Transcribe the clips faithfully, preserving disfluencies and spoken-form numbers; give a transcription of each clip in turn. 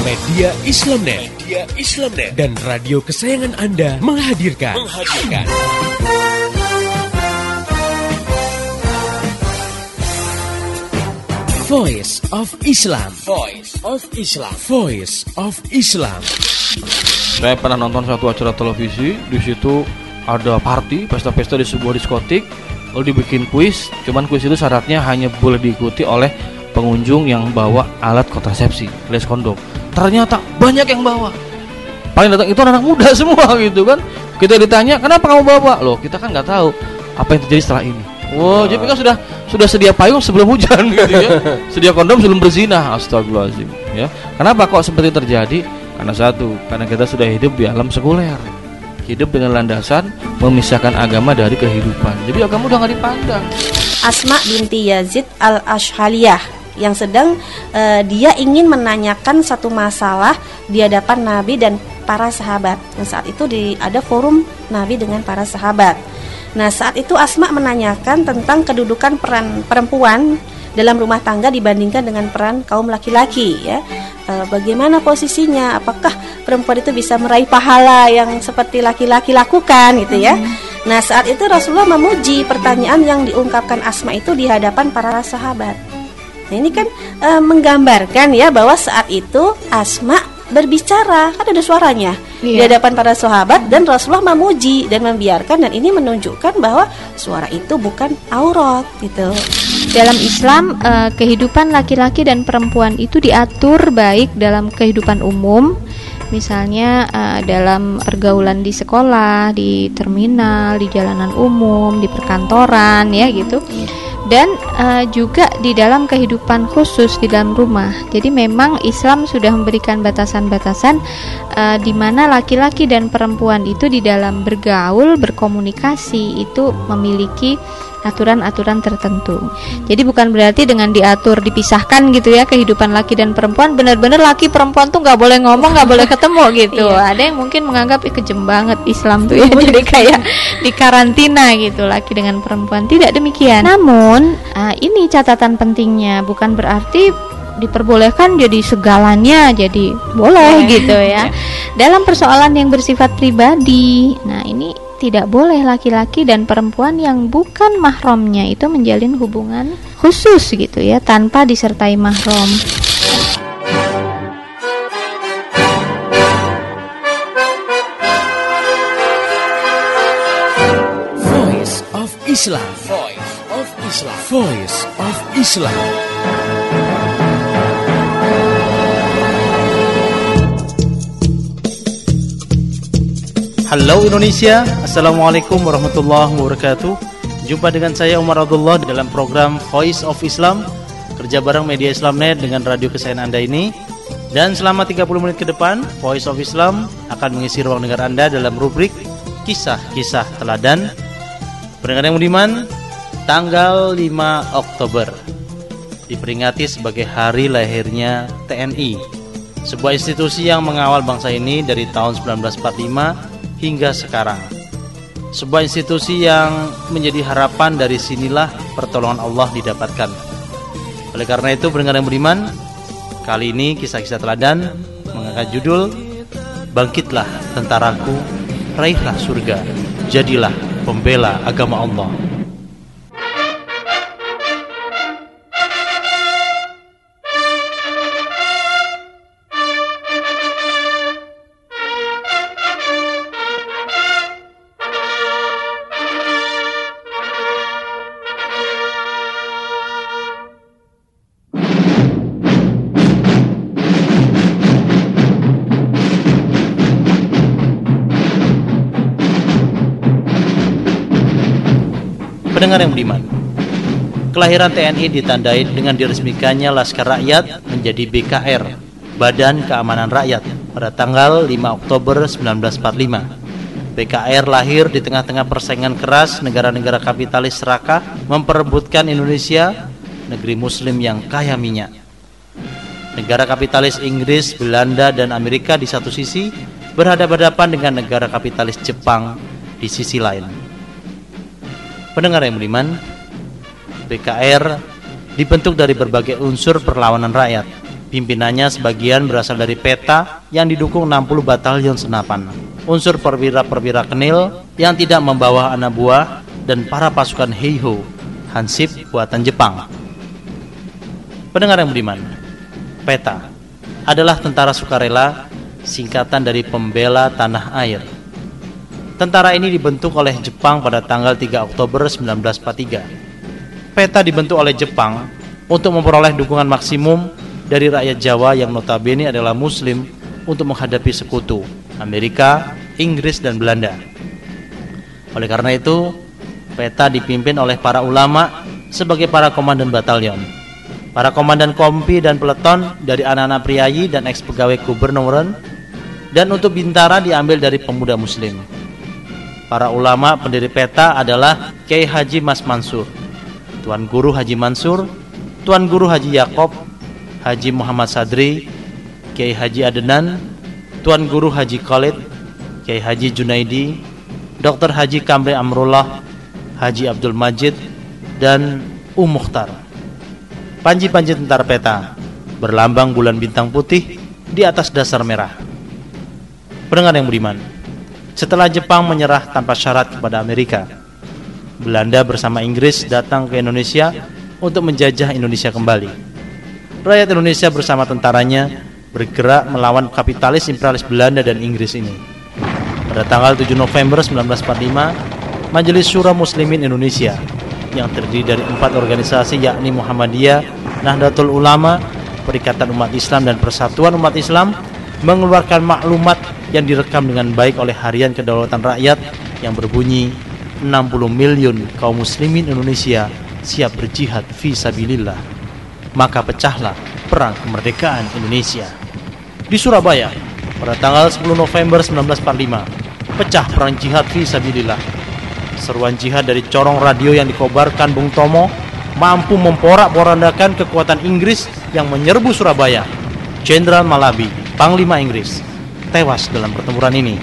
Media Islamnet, Media Islamnet dan radio kesayangan Anda menghadirkan, menghadirkan. Voice of Islam, Voice of Islam, Voice of Islam. Saya pernah nonton satu acara televisi, di situ ada party, pesta-pesta di sebuah diskotik, lalu dibikin kuis. Cuman kuis itu syaratnya hanya boleh diikuti oleh pengunjung yang bawa alat kontrasepsi, alias kondom. Ternyata banyak yang bawa. Paling datang itu anak muda semua gitu kan. Kita ditanya, kenapa kamu bawa? Loh, kita kan nggak tahu apa yang terjadi setelah ini. Wow, jadi kan sudah sudah sedia payung sebelum hujan gitu ya. Sedia kondom sebelum berzina. Astagfirullahaladzim ya. Kenapa kok seperti terjadi? Karena satu, karena kita sudah hidup di alam sekuler. Hidup dengan landasan memisahkan agama dari kehidupan. Jadi agama udah nggak dipandang. Asma binti Yazid al-Ashhaliyah yang sedang uh, dia ingin menanyakan satu masalah di hadapan Nabi dan para sahabat. Dan saat itu di, ada forum Nabi dengan para sahabat. Nah, saat itu Asma menanyakan tentang kedudukan peran perempuan dalam rumah tangga dibandingkan dengan peran kaum laki-laki ya. E, bagaimana posisinya? Apakah perempuan itu bisa meraih pahala yang seperti laki-laki lakukan gitu ya? Hmm. Nah, saat itu Rasulullah memuji pertanyaan yang diungkapkan Asma itu di hadapan para sahabat. Nah, ini kan e, menggambarkan ya bahwa saat itu Asma berbicara, kan ada suaranya iya. di hadapan para sahabat dan Rasulullah memuji dan membiarkan, dan ini menunjukkan bahwa suara itu bukan aurat gitu. Dalam Islam eh, kehidupan laki-laki dan perempuan itu diatur baik dalam kehidupan umum, misalnya eh, dalam pergaulan di sekolah, di terminal, di jalanan umum, di perkantoran ya gitu. Dan uh, juga di dalam kehidupan khusus di dalam rumah. Jadi memang Islam sudah memberikan batasan-batasan uh, di mana laki-laki dan perempuan itu di dalam bergaul, berkomunikasi itu memiliki aturan-aturan tertentu. Jadi bukan berarti dengan diatur dipisahkan gitu ya kehidupan laki dan perempuan, benar-benar laki perempuan tuh nggak boleh ngomong, nggak boleh ketemu gitu. Iya. Ada yang mungkin menganggap ih kejem banget Islam tuh ya, jadi kayak di karantina gitu laki dengan perempuan. Tidak demikian. Namun uh, ini catatan pentingnya, bukan berarti diperbolehkan jadi segalanya jadi boleh gitu ya. Dalam persoalan yang bersifat pribadi, nah ini tidak boleh laki-laki dan perempuan yang bukan mahramnya itu menjalin hubungan khusus gitu ya tanpa disertai mahram. Voice of Islam, Voice of Islam, Voice of Islam. Halo Indonesia, Assalamualaikum warahmatullahi wabarakatuh. Jumpa dengan saya Umar Abdullah dalam program Voice of Islam, kerja bareng Media Islamnet dengan radio kesayangan Anda ini. Dan selama tiga puluh menit ke depan, Voice of Islam akan mengisi ruang dengar Anda dalam rubrik Kisah-Kisah Teladan. Pendengar yang budiman, tanggal lima Oktober diperingati sebagai hari lahirnya T N I, sebuah institusi yang mengawal bangsa ini dari tahun sembilan belas empat puluh lima hingga sekarang. Sebuah institusi yang menjadi harapan, dari sinilah pertolongan Allah didapatkan. Oleh karena itu, pendengar yang beriman, kali ini Kisah-Kisah Teladan mengangkat judul Bangkitlah Tentaraku, Raihlah Surga, Jadilah Pembela Agama Allah. Pendengar yang beriman, kelahiran T N I ditandai dengan diresmikannya Laskar Rakyat menjadi B K R, Badan Keamanan Rakyat, pada tanggal lima Oktober sembilan belas empat puluh lima. B K R lahir di tengah-tengah persaingan keras negara-negara kapitalis serakah memperebutkan Indonesia, negeri muslim yang kaya minyak. Negara kapitalis Inggris, Belanda, dan Amerika di satu sisi berhadapan-hadapan dengan negara kapitalis Jepang di sisi lain. Pendengar yang beriman, B K R dibentuk dari berbagai unsur perlawanan rakyat, Pimpinannya sebagian berasal dari Peta yang didukung enam puluh batalion senapan, unsur perwira-perwira Kenil yang tidak membawa anak buah, dan para pasukan Heiho, Hansip buatan Jepang. Pendengar yang beriman, Peta adalah tentara sukarela, singkatan dari Pembela Tanah Air. Tentara ini dibentuk oleh Jepang pada tanggal tiga Oktober seribu sembilan ratus empat puluh tiga. Peta dibentuk oleh Jepang untuk memperoleh dukungan maksimum dari rakyat Jawa yang notabene adalah Muslim untuk menghadapi sekutu Amerika, Inggris, dan Belanda. Oleh karena itu, Peta dipimpin oleh para ulama sebagai para komandan batalion, para komandan kompi dan peleton dari anak-anak priayi dan eks-pegawai gubernuran, dan untuk bintara diambil dari pemuda Muslim. Para ulama pendiri Peta adalah Kiai Haji Mas Mansur, Tuan Guru Haji Mansur, Tuan Guru Haji Yakob, Haji Muhammad Sadri, Kiai Haji Adenan, Tuan Guru Haji Khalid, Kiai Haji Junaidi, Doktor Haji Kamri Amrullah, Haji Abdul Majid, dan Um Mukhtar. Panji-panji tentara Peta berlambang bulan bintang putih di atas dasar merah. Pendengar yang beriman, setelah Jepang menyerah tanpa syarat kepada Amerika, Belanda bersama Inggris datang ke Indonesia untuk menjajah Indonesia kembali. Rakyat Indonesia bersama tentaranya bergerak melawan kapitalis imperialis Belanda dan Inggris ini. Pada tanggal tujuh November seribu sembilan ratus empat puluh lima, Majelis Syura Muslimin Indonesia yang terdiri dari empat organisasi yakni Muhammadiyah, Nahdlatul Ulama, Perikatan Umat Islam, dan Persatuan Umat Islam mengeluarkan maklumat yang direkam dengan baik oleh Harian Kedaulatan Rakyat yang berbunyi enam puluh miliun kaum muslimin Indonesia siap berjihad fi sabilillah. Maka pecahlah perang kemerdekaan Indonesia. Di Surabaya pada tanggal sepuluh November seribu sembilan ratus empat puluh lima, pecah perang jihad fi sabilillah. Seruan jihad dari corong radio yang dikobarkan Bung Tomo mampu memporak-porandakan kekuatan Inggris yang menyerbu Surabaya. Jenderal Malabi, Panglima Inggris, tewas dalam pertempuran ini.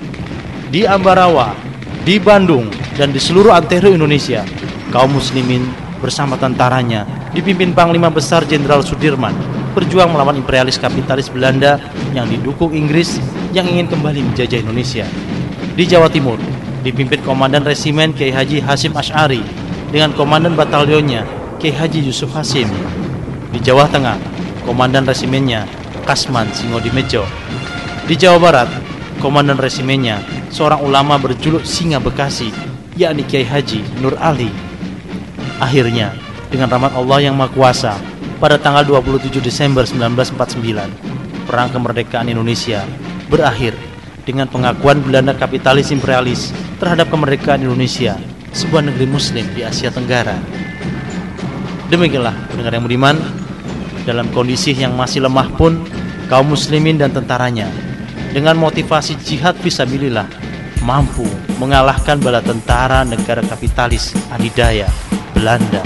Di Ambarawa, di Bandung, dan di seluruh antero Indonesia, kaum muslimin bersama tentaranya dipimpin Panglima Besar Jenderal Sudirman berjuang melawan imperialis kapitalis Belanda yang didukung Inggris yang ingin kembali menjajah Indonesia. Di Jawa Timur dipimpin Komandan Resimen Kiai Haji Hasim Asy'ari dengan Komandan Batalionnya Kiai Haji Yusuf Hasim. Di Jawa Tengah Komandan Resimennya Kasman Singodimedjo. Di Jawa Barat Komandan Resimennya seorang ulama berjuluk Singa Bekasi, yakni Kiai Haji Nur Ali. Akhirnya, dengan rahmat Allah yang Maha Kuasa, pada tanggal dua puluh tujuh Desember seribu sembilan ratus empat puluh sembilan, perang kemerdekaan Indonesia berakhir dengan pengakuan Belanda kapitalis imperialis terhadap kemerdekaan Indonesia, sebuah negeri muslim di Asia Tenggara. Demikianlah pendengar yang beriman, dalam kondisi yang masih lemah pun kaum muslimin dan tentaranya dengan motivasi jihad fisabilillah mampu mengalahkan bala tentara negara kapitalis adidaya Belanda.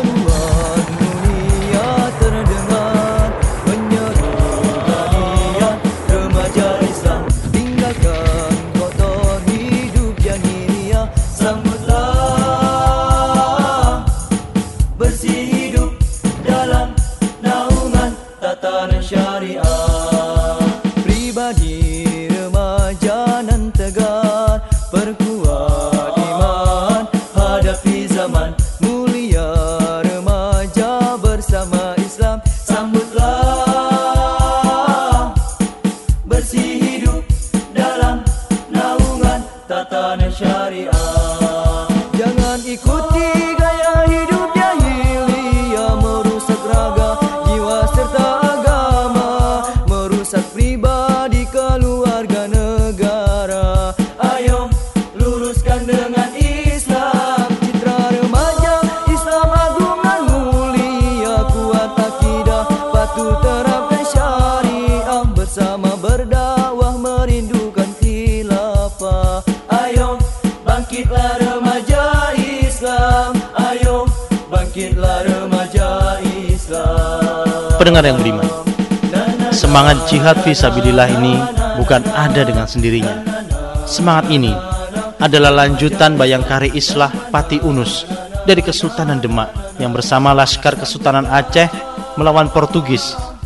Pendengar yang beriman, semangat jihad fisabilillah ini bukan ada dengan sendirinya. Semangat ini adalah lanjutan Bayangkari Islah Pati Unus dari Kesultanan Demak yang bersama Laskar Kesultanan Aceh melawan Portugis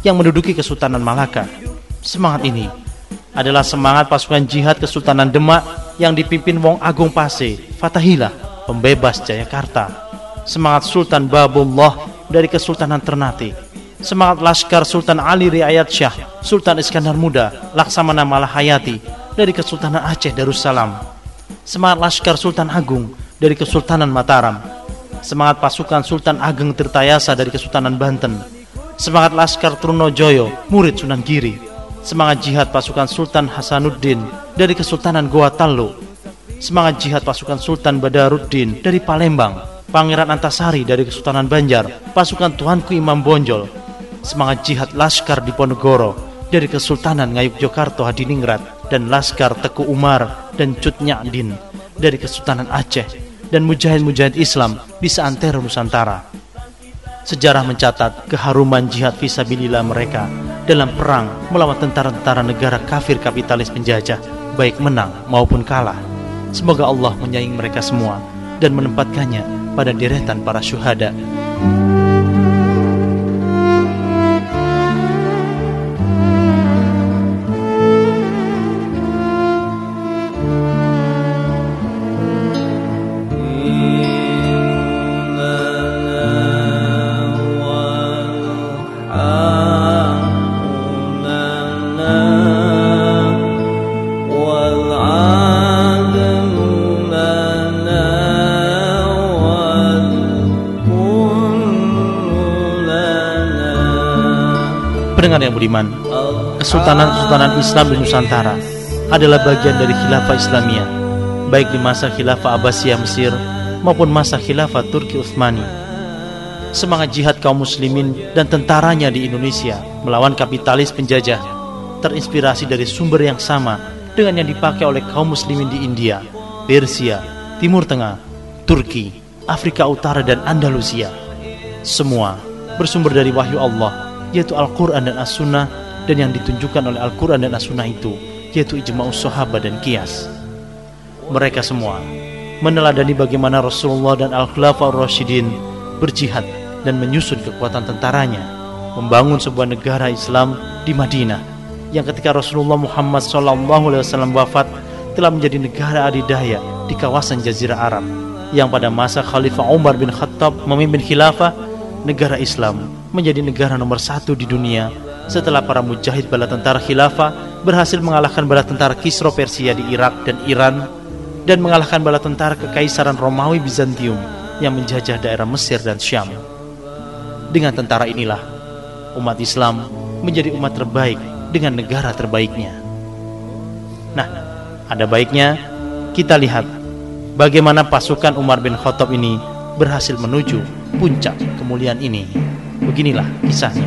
yang menduduki Kesultanan Malaka. Semangat ini adalah semangat pasukan jihad Kesultanan Demak yang dipimpin Wong Agung Pase Fatahillah, pembebas Jayakarta. Semangat Sultan Babullah dari Kesultanan Ternate. Semangat Laskar Sultan Ali Riayat Syah, Sultan Iskandar Muda, Laksamana Malahayati dari Kesultanan Aceh Darussalam. Semangat Laskar Sultan Agung dari Kesultanan Mataram. Semangat pasukan Sultan Ageng Tirtayasa dari Kesultanan Banten. Semangat Laskar Trunojoyo, murid Sunan Giri. Semangat jihad pasukan Sultan Hasanuddin dari Kesultanan Goa Tallo. Semangat jihad pasukan Sultan Badaruddin dari Palembang. Pangeran Antasari dari Kesultanan Banjar, pasukan Tuanku Imam Bonjol. Semangat jihad Laskar Diponegoro dari Kesultanan Ngayogyakarta Hadiningrat, dan Laskar Teku Umar dan Cut Nyadin dari Kesultanan Aceh, dan mujahid-mujahid Islam di seantero Nusantara. Sejarah mencatat keharuman jihad fisabilillah mereka dalam perang melawan tentara-tentara negara kafir kapitalis penjajah, baik menang maupun kalah. Semoga Allah menyayangi mereka semua dan menempatkannya pada deretan para syuhada. Pendengar yang budiman, Kesultanan-Kesultanan Islam di Nusantara adalah bagian dari khilafah Islamiyah, baik di masa khilafah Abbasiyah Mesir maupun masa khilafah Turki Utsmani. Semangat jihad kaum muslimin dan tentaranya di Indonesia melawan kapitalis penjajah terinspirasi dari sumber yang sama dengan yang dipakai oleh kaum muslimin di India, Persia, Timur Tengah, Turki, Afrika Utara, dan Andalusia. Semua bersumber dari wahyu Allah, yaitu Al-Quran dan As-Sunnah, dan yang ditunjukkan oleh Al-Quran dan As-Sunnah itu yaitu ijma'us sahabat dan qiyas. Mereka semua meneladani bagaimana Rasulullah dan Al-Khulafaur Rasyidin berjihad dan menyusun kekuatan tentaranya, membangun sebuah negara Islam di Madinah yang ketika Rasulullah Muhammad shallallahu alaihi wasallam wafat telah menjadi negara adidaya di kawasan Jazirah Arab, yang pada masa Khalifah Umar bin Khattab memimpin khilafah, negara Islam menjadi negara nomor satu di dunia setelah para mujahid bala tentara khilafah berhasil mengalahkan bala tentara Kisra Persia di Irak dan Iran, dan mengalahkan bala tentara Kekaisaran Romawi Bizantium yang menjajah daerah Mesir dan Syam. Dengan tentara inilah umat Islam menjadi umat terbaik dengan negara terbaiknya. Nah, ada baiknya kita lihat bagaimana pasukan Umar bin Khattab ini berhasil menuju puncak kemuliaan ini. Beginilah kisahnya.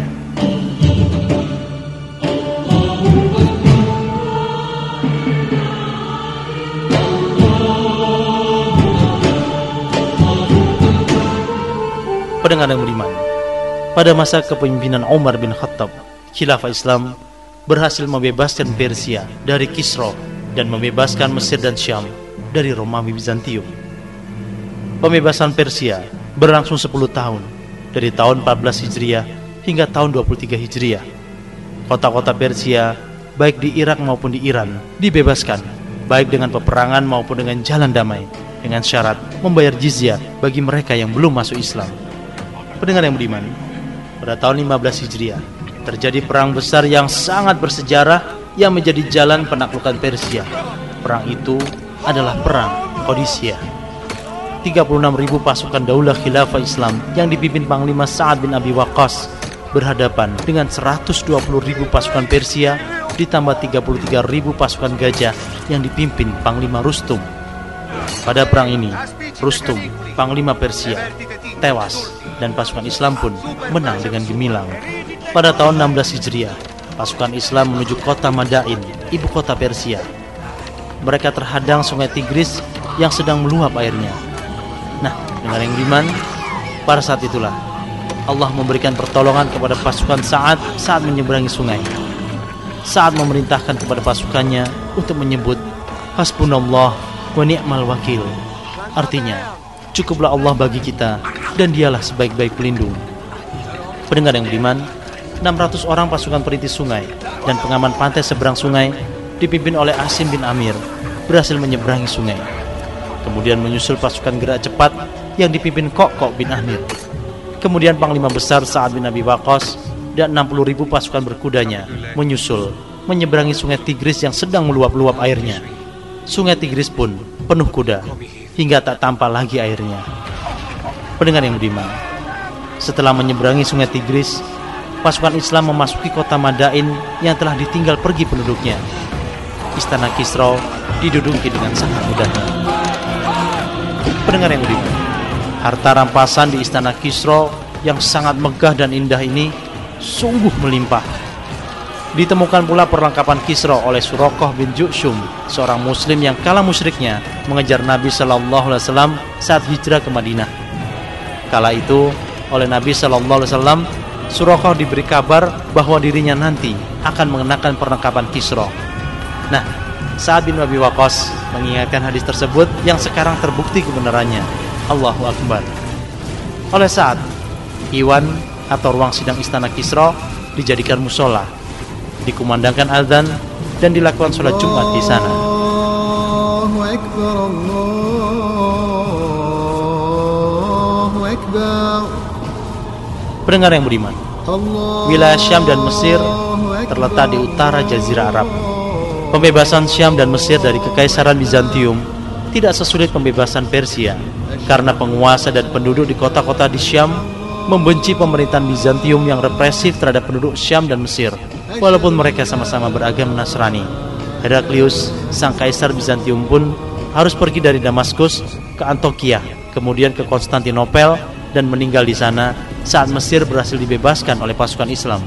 Pendengar yang budiman, pada masa kepemimpinan Umar bin Khattab, khilafah Islam berhasil membebaskan Persia dari Kisra dan membebaskan Mesir dan Syam dari Romawi Bizantium. Pembebasan Persia berlangsung sepuluh tahun, dari tahun empat belas Hijriah hingga tahun dua puluh tiga Hijriah. Kota-kota Persia, baik di Irak maupun di Iran, dibebaskan, baik dengan peperangan maupun dengan jalan damai, dengan syarat membayar jizyah bagi mereka yang belum masuk Islam. Pendengar yang budiman, pada tahun lima belas Hijriah terjadi perang besar yang sangat bersejarah yang menjadi jalan penaklukan Persia. Perang itu adalah perang Qadisiyah. tiga puluh enam ribu pasukan Daulah Khilafah Islam yang dipimpin Panglima Sa'ad bin Abi Waqqas berhadapan dengan seratus dua puluh ribu pasukan Persia ditambah tiga puluh tiga ribu pasukan gajah yang dipimpin Panglima Rustum. Pada perang ini, Rustum, Panglima Persia, tewas dan pasukan Islam pun menang dengan gemilang. Pada tahun enam belas Hijriah, pasukan Islam menuju kota Madain, ibu kota Persia. Mereka terhadang sungai Tigris yang sedang meluap airnya. Nah, dengan yang beriman, pada saat itulah Allah memberikan pertolongan kepada pasukan Sa'ad saat menyeberangi sungai. Sa'ad memerintahkan kepada pasukannya untuk menyebut Hasbunallah wa ni'mal wakil. Artinya, cukuplah Allah bagi kita dan dialah sebaik-baik pelindung. Pendengar yang beriman, enam ratus orang pasukan perintis sungai dan pengaman pantai seberang sungai dipimpin oleh Asim bin Amir berhasil menyeberangi sungai. Kemudian menyusul pasukan gerak cepat yang dipimpin Kok-Kok bin Amir. Kemudian Panglima Besar Sa'ad bin Abi Waqqas dan enam puluh ribu pasukan berkudanya menyusul menyeberangi sungai Tigris yang sedang meluap-luap airnya. Sungai Tigris pun penuh kuda hingga tak tampak lagi airnya. Pendengar yang budiman, setelah menyeberangi sungai Tigris, pasukan Islam memasuki kota Madain yang telah ditinggal pergi penduduknya. Istana Kisra diduduki dengan sangat mudahnya. Pendengar yang budiman, harta rampasan di Istana Kisra yang sangat megah dan indah ini sungguh melimpah. Ditemukan pula perlengkapan Kisra oleh Suraqah bin Ju'shum, seorang muslim yang kala musyriknya mengejar Nabi sallallahu alaihi wasallam saat hijrah ke Madinah. Kala itu oleh Nabi sallallahu alaihi wasallam, Suraqah diberi kabar bahwa dirinya nanti akan mengenakan perlengkapan Kisra. Nah, Sa'ad bin Abi Waqqas mengingatkan hadis tersebut yang sekarang terbukti kebenarannya. Allahu Akbar. Oleh Sa'ad, Iwan atau ruang sidang Istana Kisra dijadikan musola, dikumandangkan azan dan dilakukan sholat Jumat di sana. Allahu Akbar, Allahu Akbar. Pendengar yang beriman, wilayah Syam dan Mesir terletak di utara Jazirah Arab. Pembebasan Syam dan Mesir dari Kekaisaran Bizantium tidak sesulit pembebasan Persia, karena penguasa dan penduduk di kota-kota di Syam membenci pemerintahan Bizantium yang represif terhadap penduduk Syam dan Mesir, walaupun mereka sama-sama beragama Nasrani. Heraklius, sang kaisar Bizantium pun harus pergi dari Damaskus ke Antioquia, kemudian ke Konstantinopel, dan meninggal di sana saat Mesir berhasil dibebaskan oleh pasukan Islam.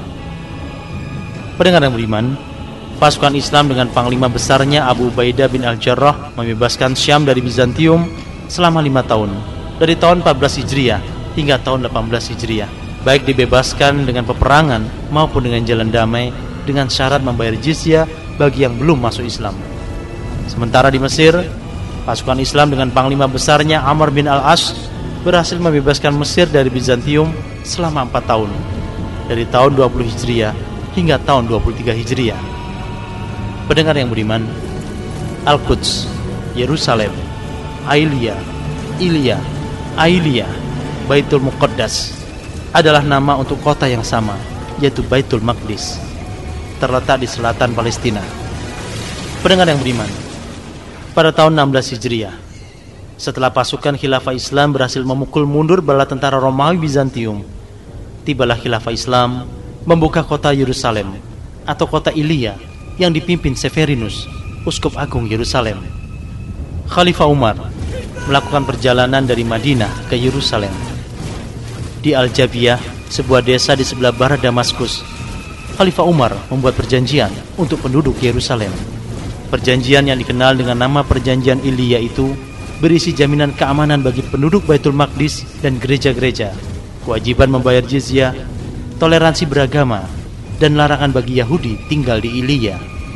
Pendengar yang beriman, pasukan Islam dengan panglima besarnya Abu Ubaidah bin Al-Jarrah membebaskan Syam dari Bizantium selama lima tahun, dari tahun empat belas Hijriah hingga tahun delapan belas Hijriah, baik dibebaskan dengan peperangan maupun dengan jalan damai dengan syarat membayar jizyah bagi yang belum masuk Islam. Sementara di Mesir, pasukan Islam dengan panglima besarnya Amr bin Al-As berhasil membebaskan Mesir dari Bizantium selama empat tahun, dari tahun dua puluh Hijriah hingga tahun dua puluh tiga Hijriah. Pendengar yang beriman, Al-Quds, Yerusalem, Ailia, Ilya, Ailia, Baitul Muqaddas adalah nama untuk kota yang sama, yaitu Baitul Maqdis, terletak di selatan Palestina. Pendengar yang beriman, pada tahun enam belas Hijriah, setelah pasukan Khilafah Islam berhasil memukul mundur bala tentara Romawi Bizantium, tibalah Khilafah Islam membuka kota Yerusalem atau kota Ilya yang dipimpin Severinus, Uskup Agung Yerusalem. Khalifah Umar melakukan perjalanan dari Madinah ke Yerusalem. Di Al-Jabiyah, sebuah desa di sebelah barat Damaskus, Khalifah Umar membuat perjanjian untuk penduduk Yerusalem. Perjanjian yang dikenal dengan nama Perjanjian Ilya itu berisi jaminan keamanan bagi penduduk Baitul Maqdis dan gereja-gereja, kewajiban membayar jizyah, toleransi beragama, dan larangan bagi Yahudi tinggal di Ilya.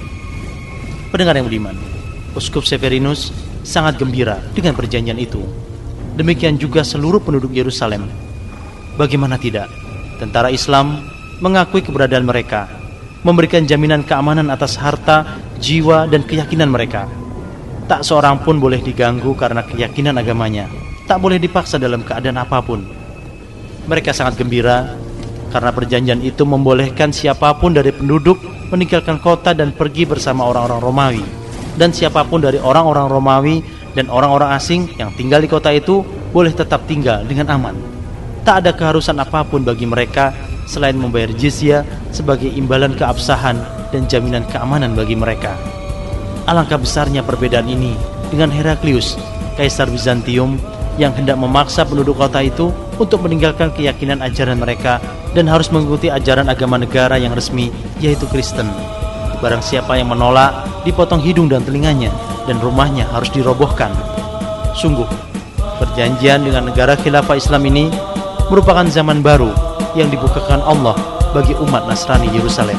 Pendengar yang beriman, Uskup Severinus sangat gembira dengan perjanjian itu. Demikian juga seluruh penduduk Yerusalem. Bagaimana tidak, tentara Islam mengakui keberadaan mereka, memberikan jaminan keamanan atas harta, jiwa, dan keyakinan mereka. Tak seorang pun boleh diganggu karena keyakinan agamanya, tak boleh dipaksa dalam keadaan apapun. Mereka sangat gembira karena perjanjian itu membolehkan siapapun dari penduduk meninggalkan kota dan pergi bersama orang-orang Romawi, dan siapapun dari orang-orang Romawi dan orang-orang asing yang tinggal di kota itu boleh tetap tinggal dengan aman. Tak ada keharusan apapun bagi mereka selain membayar jizyah sebagai imbalan keabsahan dan jaminan keamanan bagi mereka. Alangkah besarnya perbedaan ini dengan Heraklius, kaisar Bizantium, yang hendak memaksa penduduk kota itu untuk meninggalkan keyakinan ajaran mereka dan harus mengikuti ajaran agama negara yang resmi, yaitu Kristen. Barang siapa yang menolak, dipotong hidung dan telinganya, dan rumahnya harus dirobohkan. Sungguh, perjanjian dengan negara Khilafah Islam ini merupakan zaman baru yang dibukakan Allah bagi umat Nasrani Yerusalem.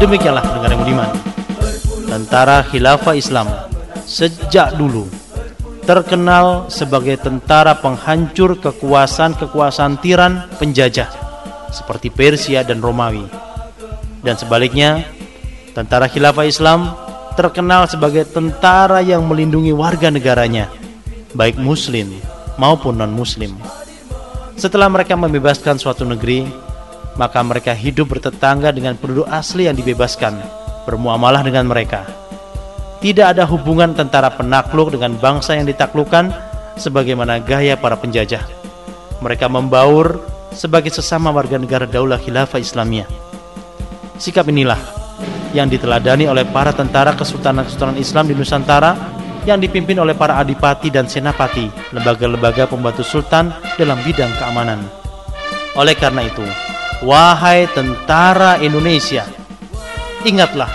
Demikianlah pendengar yang budiman, tentara khilafah Islam sejak dulu terkenal sebagai tentara penghancur kekuasaan-kekuasaan tiran penjajah seperti Persia dan Romawi. Dan sebaliknya, tentara khilafah Islam terkenal sebagai tentara yang melindungi warga negaranya, baik muslim maupun non-muslim. Setelah mereka membebaskan suatu negeri, maka mereka hidup bertetangga dengan penduduk asli yang dibebaskan, bermuamalah dengan mereka. Tidak ada hubungan tentara penakluk dengan bangsa yang ditaklukkan sebagaimana gaya para penjajah. Mereka membaur sebagai sesama warga negara Daulah Khilafah Islamiyah. Sikap inilah yang diteladani oleh para tentara Kesultanan-Kesultanan Islam di Nusantara yang dipimpin oleh para adipati dan senapati, lembaga-lembaga pembantu sultan dalam bidang keamanan. Oleh karena itu, wahai tentara Indonesia, ingatlah,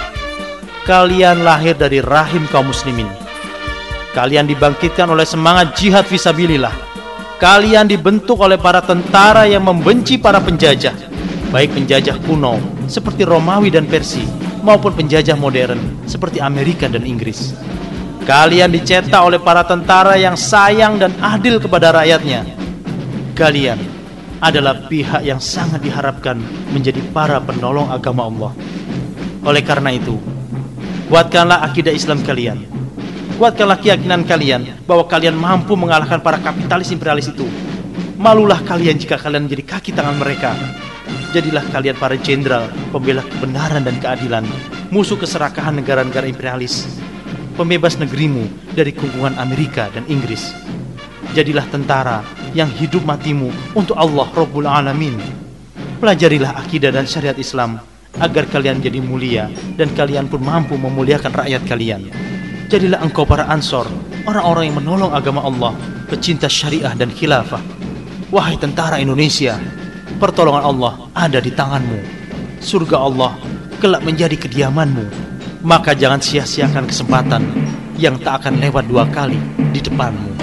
kalian lahir dari rahim kaum muslimin. Kalian dibangkitkan oleh semangat jihad fisabilillah. Kalian dibentuk oleh para tentara yang membenci para penjajah, baik penjajah kuno seperti Romawi dan Persia, maupun penjajah modern seperti Amerika dan Inggris. Kalian dicetak oleh para tentara yang sayang dan adil kepada rakyatnya. Kalian adalah pihak yang sangat diharapkan menjadi para penolong agama Allah. Oleh karena itu, kuatkanlah akidah Islam kalian. Kuatkanlah keyakinan kalian bahwa kalian mampu mengalahkan para kapitalis imperialis itu. Malulah kalian jika kalian menjadi kaki tangan mereka. Jadilah kalian para jenderal pembela kebenaran dan keadilan, musuh keserakahan negara-negara imperialis, pembebas negerimu dari kungkungan Amerika dan Inggris. Jadilah tentara yang hidup matimu untuk Allah Rabbul Alamin. Pelajarilah akidah dan syariat Islam agar kalian menjadi mulia dan kalian pun mampu memuliakan rakyat kalian. Jadilah engkau para ansor, orang-orang yang menolong agama Allah, pecinta syariah dan khilafah. Wahai tentara Indonesia, pertolongan Allah ada di tanganmu. Surga Allah kelak menjadi kediamanmu. Maka jangan sia-siakan kesempatan yang tak akan lewat dua kali di depanmu.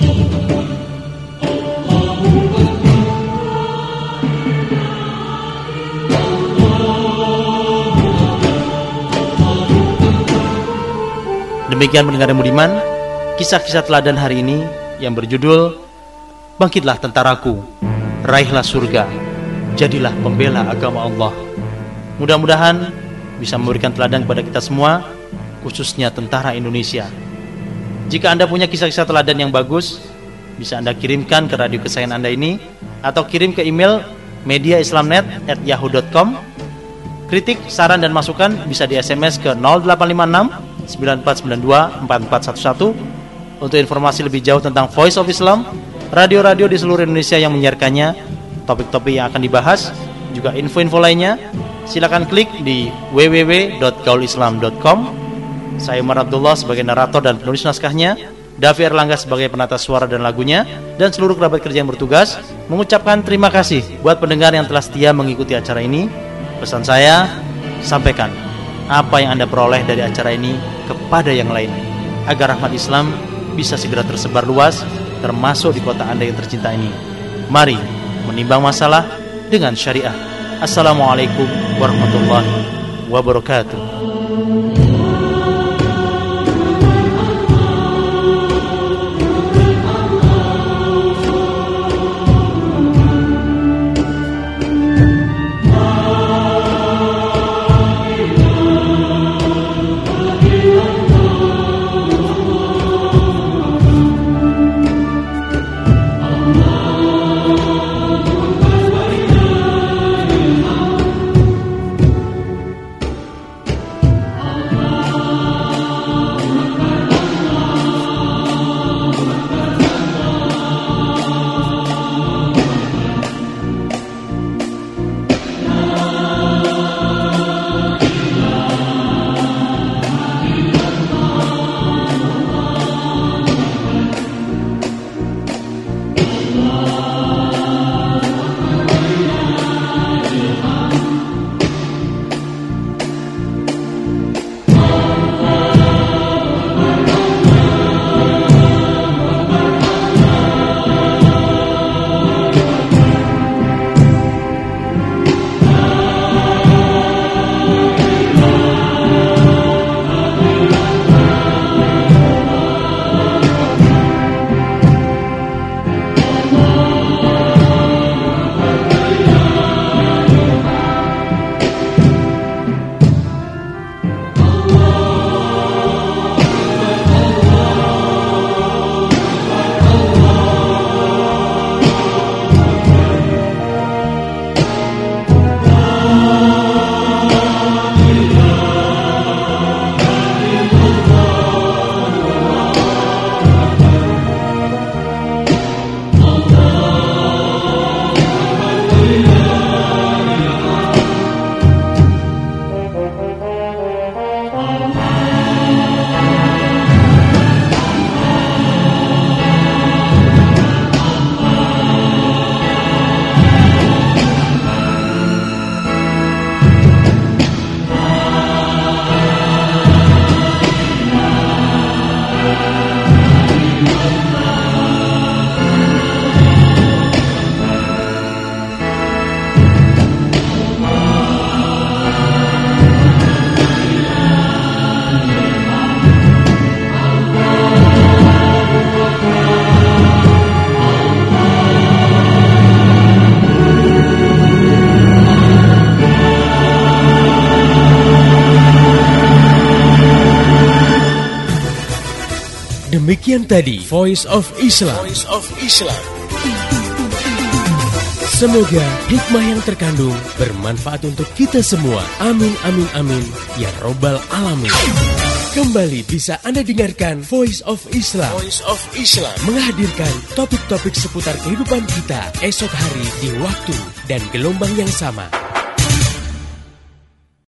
Demikian pendengar yang budiman, kisah-kisah teladan hari ini yang berjudul Bangkitlah Tentaraku, Raihlah Surga, Jadilah Pembela Agama Allah. Mudah-mudahan bisa memberikan teladan kepada kita semua, khususnya tentara Indonesia. Jika Anda punya kisah-kisah teladan yang bagus, bisa Anda kirimkan ke radio kesayangan Anda ini, atau kirim ke email media islamnet at yahoo dot com. Kritik, saran dan masukan bisa di S M S ke nol delapan lima enam sembilan empat sembilan dua empat empat satu satu. Untuk informasi lebih jauh tentang Voice of Islam, radio-radio di seluruh Indonesia yang menyiarkannya, topik-topik yang akan dibahas, juga info-info lainnya, silakan klik di w w w dot gaul islam dot com. Saya Umar Abdullah sebagai narator dan penulis naskahnya, Davi Erlangga sebagai penata suara dan lagunya, dan seluruh kerabat kerja yang bertugas mengucapkan terima kasih buat pendengar yang telah setia mengikuti acara ini. Pesan saya, sampaikan apa yang Anda peroleh dari acara ini kepada yang lain, agar rahmat Islam bisa segera tersebar luas, termasuk di kota Anda yang tercinta ini. Mari menimbang masalah dengan syariah. Assalamualaikum warahmatullahi wabarakatuh. Demikian tadi Voice of Islam. Voice of Islam. Semoga hikmah yang terkandung bermanfaat untuk kita semua. Amin, amin, amin. Ya Robbal Alamin. Kembali bisa Anda dengarkan Voice of Islam. Voice of Islam menghadirkan topik-topik seputar kehidupan kita esok hari di waktu dan gelombang yang sama.